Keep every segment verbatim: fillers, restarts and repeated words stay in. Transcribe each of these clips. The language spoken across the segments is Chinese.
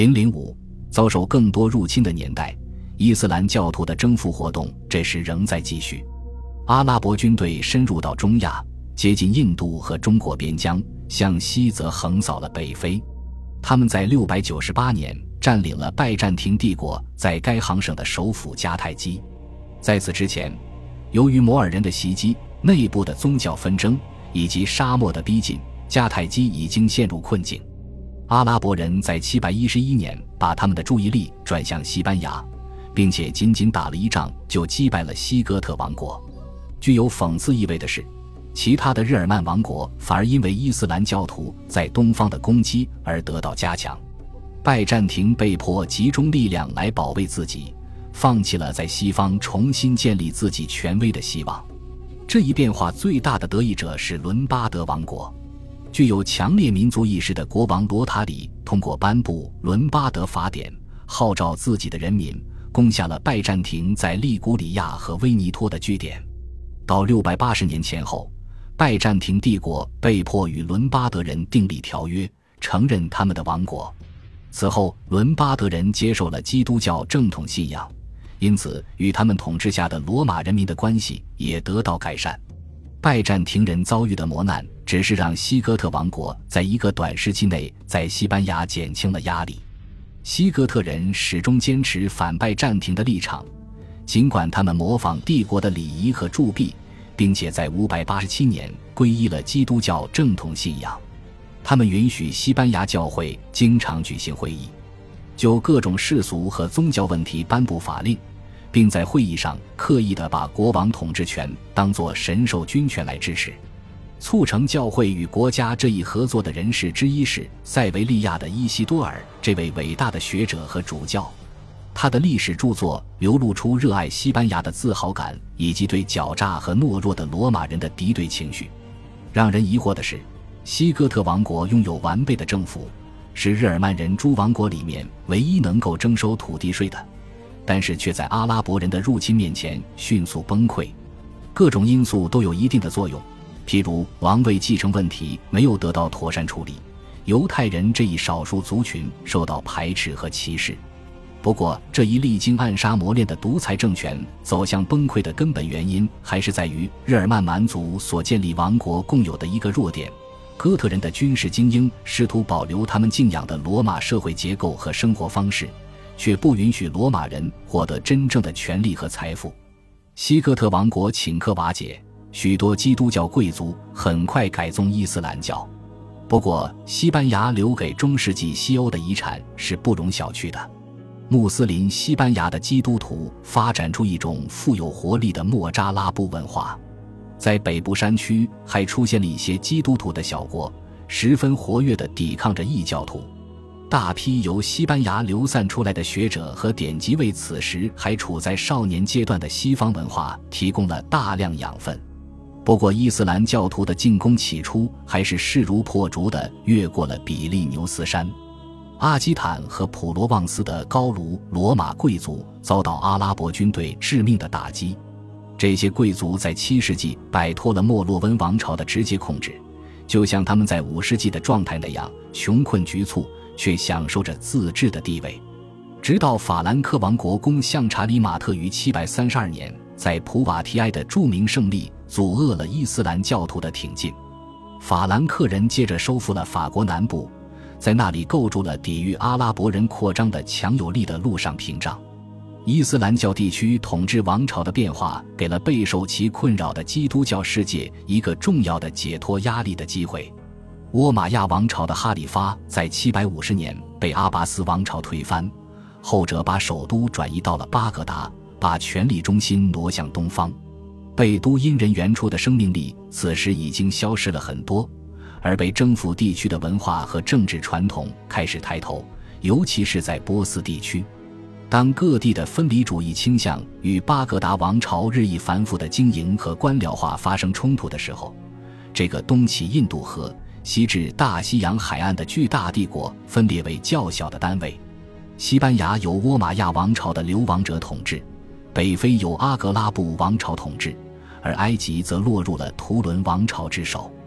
零零五遭受更多入侵的年代，伊斯兰教徒的征服活动这时仍在继续。阿拉伯军队深入到中亚，接近印度和中国边疆，向西则横扫了北非。他们在六百九十八年占领了拜占庭帝国在该行省的首府迦太基。在此之前，由于摩尔人的袭击、内部的宗教纷争以及沙漠的逼近，迦太基已经陷入困境。阿拉伯人在七百一十一年把他们的注意力转向西班牙，并且仅仅打了一仗就击败了西哥特王国。具有讽刺意味的是，其他的日耳曼王国反而因为伊斯兰教徒在东方的攻击而得到加强。拜占庭被迫集中力量来保卫自己，放弃了在西方重新建立自己权威的希望。这一变化最大的得益者是伦巴德王国。具有强烈民族意识的国王罗塔里通过颁布伦巴德法典，号召自己的人民攻下了拜占庭在利古里亚和威尼托的据点。到六百八十年前后，拜占庭帝国被迫与伦巴德人订立条约，承认他们的王国。此后，伦巴德人接受了基督教正统信仰，因此与他们统治下的罗马人民的关系也得到改善。拜占庭人遭遇的磨难只是让西哥特王国在一个短时期内在西班牙减轻了压力。西哥特人始终坚持反拜占庭的立场，尽管他们模仿帝国的礼仪和铸币，并且在五百八十七年皈依了基督教正统信仰。他们允许西班牙教会经常举行会议，就各种世俗和宗教问题颁布法令，并在会议上刻意地把国王统治权当作神授军权来支持。促成教会与国家这一合作的人士之一是塞维利亚的伊西多尔这位伟大的学者和主教。他的历史著作流露出热爱西班牙的自豪感，以及对狡诈和懦弱的罗马人的敌对情绪。让人疑惑的是，西哥特王国拥有完备的政府，是日耳曼人诸王国里面唯一能够征收土地税的，但是却在阿拉伯人的入侵面前迅速崩溃。各种因素都有一定的作用，譬如王位继承问题没有得到妥善处理，犹太人这一少数族群受到排斥和歧视。不过，这一历经暗杀磨练的独裁政权走向崩溃的根本原因，还是在于日耳曼蛮族所建立王国共有的一个弱点：哥特人的军事精英试图保留他们敬仰的罗马社会结构和生活方式，却不允许罗马人获得真正的权力和财富。西哥特王国顷刻瓦解，许多基督教贵族很快改宗伊斯兰教。不过，西班牙留给中世纪西欧的遗产是不容小觑的。穆斯林西班牙的基督徒发展出一种富有活力的莫扎拉布文化，在北部山区还出现了一些基督徒的小国，十分活跃地抵抗着异教徒。大批由西班牙流散出来的学者和典籍为此时还处在少年阶段的西方文化提供了大量养分。不过，伊斯兰教徒的进攻起初还是势如破竹地越过了比利牛斯山。阿基坦和普罗旺斯的高卢罗马贵族遭到阿拉伯军队致命的打击。这些贵族在七世纪摆脱了莫洛温王朝的直接控制，就像他们在五世纪的状态那样，穷困局促，却享受着自治的地位。直到法兰克王国攻向查理马特于七百三十二年在普瓦提埃的著名胜利阻遏了伊斯兰教徒的挺进。法兰克人接着收复了法国南部，在那里构筑了抵御阿拉伯人扩张的强有力的陆上屏障。伊斯兰教地区统治王朝的变化给了备受其困扰的基督教世界一个重要的解脱压力的机会。倭马亚王朝的哈里发在七百五十年被阿拔斯王朝推翻，后者把首都转移到了巴格达，把权力中心挪向东方。贝都因人原初的生命力此时已经消失了很多，而被征服地区的文化和政治传统开始抬头，尤其是在波斯地区。当各地的分离主义倾向与巴格达王朝日益繁复的经营和官僚化发生冲突的时候，这个东起印度河、西至大西洋海岸的巨大帝国分裂为较小的单位。西班牙由倭马亚王朝的流亡者统治，北非由阿格拉布王朝统治，而埃及则落入了图伦王朝之手。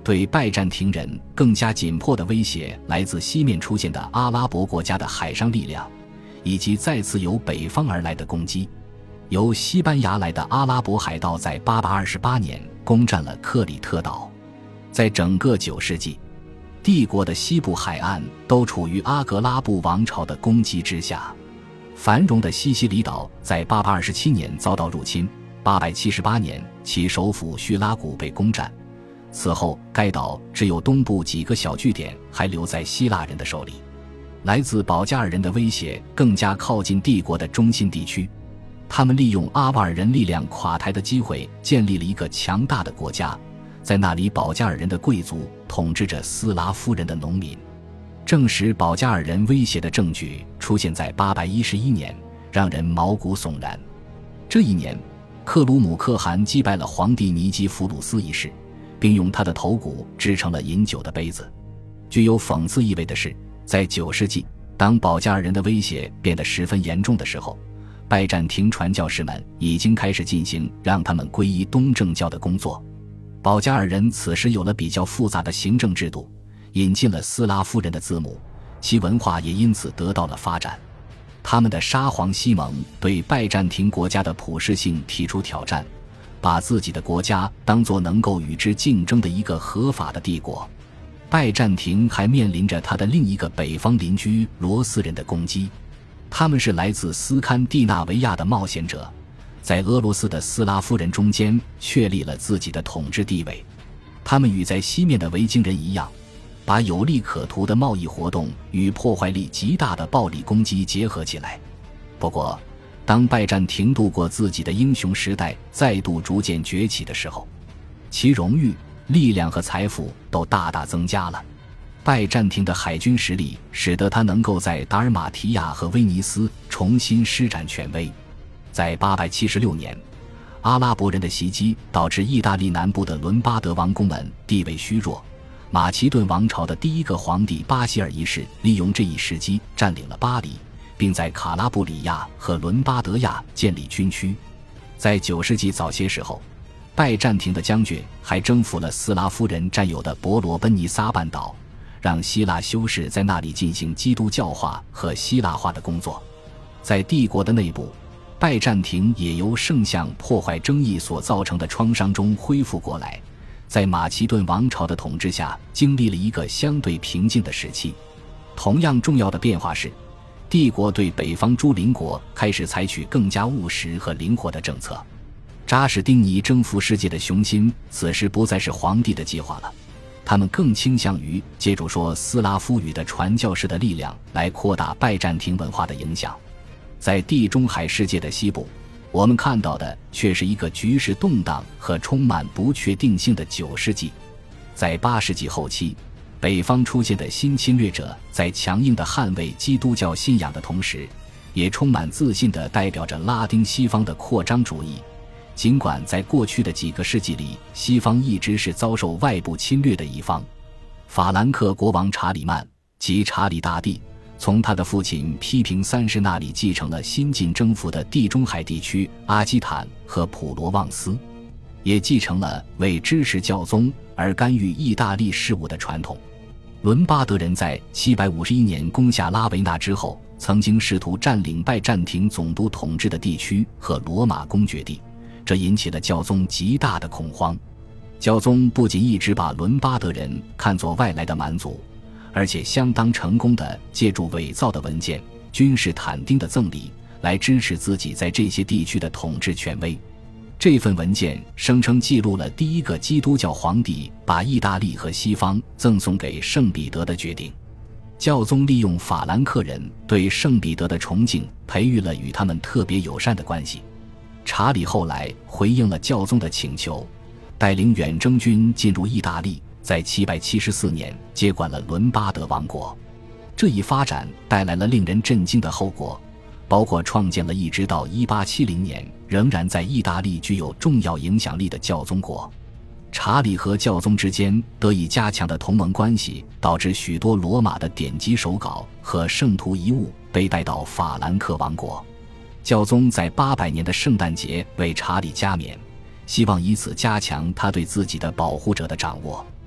对拜占庭人更加紧迫的威胁来自西面出现的阿拉伯国家的海上力量，以及再次由北方而来的攻击。由西班牙来的阿拉伯海盗在八百二十八年攻占了克里特岛。在整个九世纪，帝国的西部海岸都处于阿格拉布王朝的攻击之下。繁荣的西西里岛在八百二十七年遭到入侵，八百七十八年其首府叙拉古被攻占，此后该岛只有东部几个小据点还留在希腊人的手里。来自保加尔人的威胁更加靠近帝国的中心地区，他们利用阿瓦尔人力量垮台的机会建立了一个强大的国家，在那里保加尔人的贵族统治着斯拉夫人的农民。证实保加尔人威胁的证据出现在八百一十一年，让人毛骨悚然。这一年，克鲁姆可汗击败了皇帝尼基弗鲁斯一世，并用他的头骨制成了饮酒的杯子。具有讽刺意味的是，在九世纪，当保加尔人的威胁变得十分严重的时候，拜占庭传教士们已经开始进行让他们皈依东正教的工作。保加尔人此时有了比较复杂的行政制度，引进了斯拉夫人的字母，其文化也因此得到了发展。他们的沙皇西蒙对拜占庭国家的普世性提出挑战，把自己的国家当作能够与之竞争的一个合法的帝国。拜占庭还面临着他的另一个北方邻居罗斯人的攻击，他们是来自斯堪的纳维亚的冒险者，在俄罗斯的斯拉夫人中间确立了自己的统治地位。他们与在西面的维京人一样，把有利可图的贸易活动与破坏力极大的暴力攻击结合起来。不过，当拜占庭度过自己的英雄时代再度逐渐崛起的时候，其荣誉、力量和财富都大大增加了。拜占庭的海军实力使得他能够在达尔马提亚和威尼斯重新施展权威。在八百七十六年，阿拉伯人的袭击导致意大利南部的伦巴德王公们地位虚弱，马其顿王朝的第一个皇帝巴希尔一世利用这一时机占领了巴黎，并在卡拉布里亚和伦巴德亚建立军区。在九世纪早些时候，拜占庭的将军还征服了斯拉夫人占有的伯罗奔尼撒半岛，让希腊修士在那里进行基督教化和希腊化的工作。在帝国的内部，拜占庭也由圣像破坏争议所造成的创伤中恢复过来，在马其顿王朝的统治下经历了一个相对平静的时期。同样重要的变化是，帝国对北方诸邻国开始采取更加务实和灵活的政策。扎什丁尼征服世界的雄心此时不再是皇帝的计划了，他们更倾向于借助说斯拉夫语的传教士的力量来扩大拜占庭文化的影响。在地中海世界的西部，我们看到的却是一个局势动荡和充满不确定性的九世纪。在八世纪后期，北方出现的新侵略者在强硬地捍卫基督教信仰的同时，也充满自信地代表着拉丁西方的扩张主义。尽管在过去的几个世纪里，西方一直是遭受外部侵略的一方。法兰克国王查理曼即查理大帝从他的父亲批评三世那里继承了新近征服的地中海地区阿基坦和普罗旺斯，也继承了为支持教宗而干预意大利事务的传统。伦巴德人在七百五十一年攻下拉维纳之后，曾经试图占领拜占庭总督统治的地区和罗马公爵地，这引起了教宗极大的恐慌。教宗不仅一直把伦巴德人看作外来的蛮族，而且相当成功地借助伪造的文件、君士坦丁的赠礼来支持自己在这些地区的统治权威。这份文件声称记录了第一个基督教皇帝把意大利和西方赠送给圣彼得的决定。教宗利用法兰克人对圣彼得的崇敬，培育了与他们特别友善的关系。查理后来回应了教宗的请求，带领远征军进入意大利，在七百七十四年接管了伦巴德王国。这一发展带来了令人震惊的后果，包括创建了一直到一八七零年仍然在意大利具有重要影响力的教宗国。查理和教宗之间得以加强的同盟关系，导致许多罗马的典籍手稿和圣徒遗物被带到法兰克王国。教宗在八百年的圣诞节为查理加冕，希望以此加强他对自己的保护者的掌握。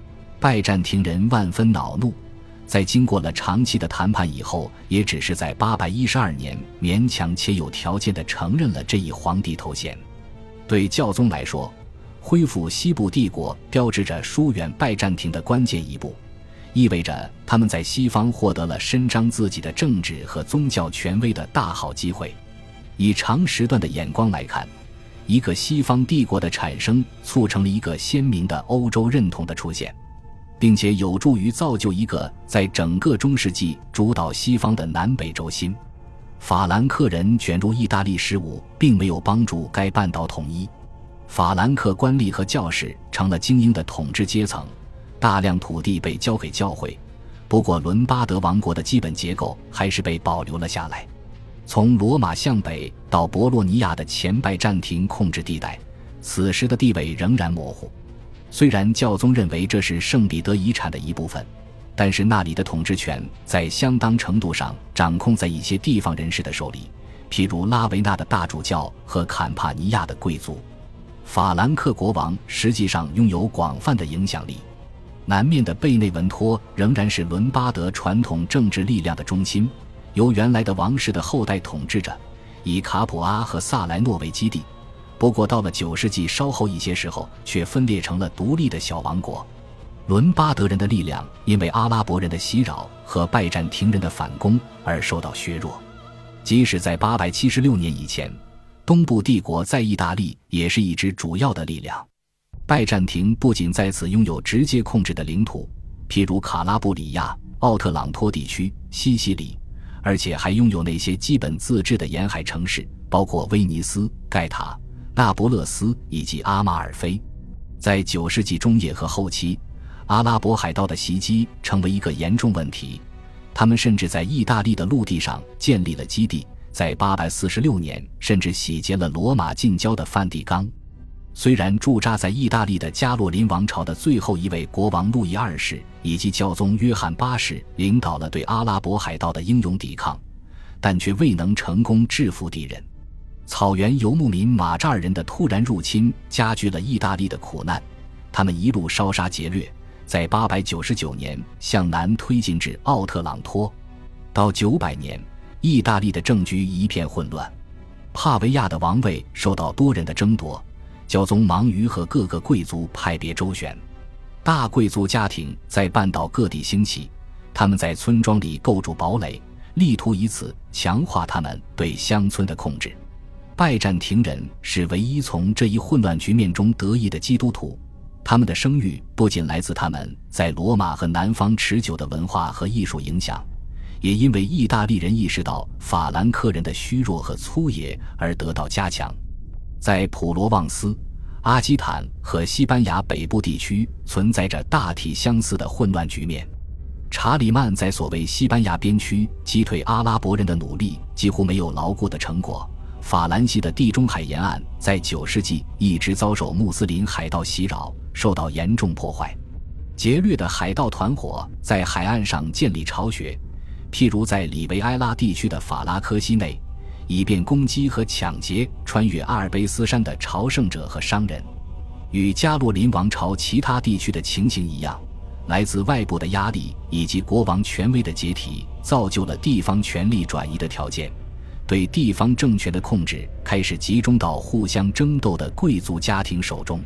拜占庭人万分恼怒，在经过了长期的谈判以后，也只是在八百一十二年勉强且有条件地承认了这一皇帝头衔。对教宗来说，恢复西部帝国标志着疏远拜占庭的关键一步，意味着他们在西方获得了伸张自己的政治和宗教权威的大好机会。以长时段的眼光来看，一个西方帝国的产生促成了一个鲜明的欧洲认同的出现，并且有助于造就一个在整个中世纪主导西方的南北轴心。法兰克人卷入意大利事务并没有帮助该半岛统一，法兰克官吏和教士成了精英的统治阶层，大量土地被交给教会，不过伦巴德王国的基本结构还是被保留了下来。从罗马向北到博洛尼亚的前拜占庭控制地带，此时的地位仍然模糊。虽然教宗认为这是圣彼得遗产的一部分，但是那里的统治权在相当程度上掌控在一些地方人士的手里，譬如拉维纳的大主教和坎帕尼亚的贵族。法兰克国王实际上拥有广泛的影响力。南面的贝内文托仍然是伦巴德传统政治力量的中心，由原来的王室的后代统治着，以卡普阿和萨莱诺为基地。不过到了九世纪稍后一些时候，却分裂成了独立的小王国。伦巴德人的力量因为阿拉伯人的袭扰和拜占庭人的反攻而受到削弱。即使在八百七十六年以前，东部帝国在意大利也是一支主要的力量。拜占庭不仅在此拥有直接控制的领土，譬如卡拉布里亚、奥特朗托地区、西西里，而且还拥有那些基本自治的沿海城市，包括威尼斯、盖塔、那不勒斯以及阿马尔菲。在九世纪中叶和后期，阿拉伯海盗的袭击成为一个严重问题，他们甚至在意大利的陆地上建立了基地，在八百四十六年甚至洗劫了罗马近郊的梵蒂冈。虽然驻扎在意大利的加洛林王朝的最后一位国王路易二世以及教宗约翰八世领导了对阿拉伯海盗的英勇抵抗，但却未能成功制服敌人。草原游牧民马扎尔人的突然入侵加剧了意大利的苦难，他们一路烧杀劫掠，在八百九十九年向南推进至奥特朗托。到九百年，意大利的政局一片混乱，帕维亚的王位受到多人的争夺，教宗忙于和各个贵族派别周旋。大贵族家庭在半岛各地兴起，他们在村庄里构筑堡垒，力图以此强化他们对乡村的控制。拜占庭人是唯一从这一混乱局面中得益的基督徒，他们的声誉不仅来自他们在罗马和南方持久的文化和艺术影响，也因为意大利人意识到法兰克人的虚弱和粗野而得到加强。在普罗旺斯、阿基坦和西班牙北部地区存在着大体相似的混乱局面。查理曼在所谓西班牙边区击退阿拉伯人的努力几乎没有牢固的成果。法兰西的地中海沿岸在九世纪一直遭受穆斯林海盗袭扰，受到严重破坏。劫掠的海盗团伙在海岸上建立巢穴，譬如在里维埃拉地区的法拉科西内，以便攻击和抢劫穿越阿尔卑斯山的朝圣者和商人。与加洛林王朝其他地区的情形一样，来自外部的压力以及国王权威的解体造就了地方权力转移的条件，对地方政权的控制开始集中到互相争斗的贵族家庭手中。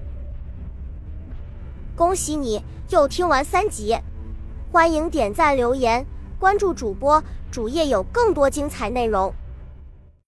恭喜你又听完三集，欢迎点赞留言，关注主播，主页有更多精彩内容。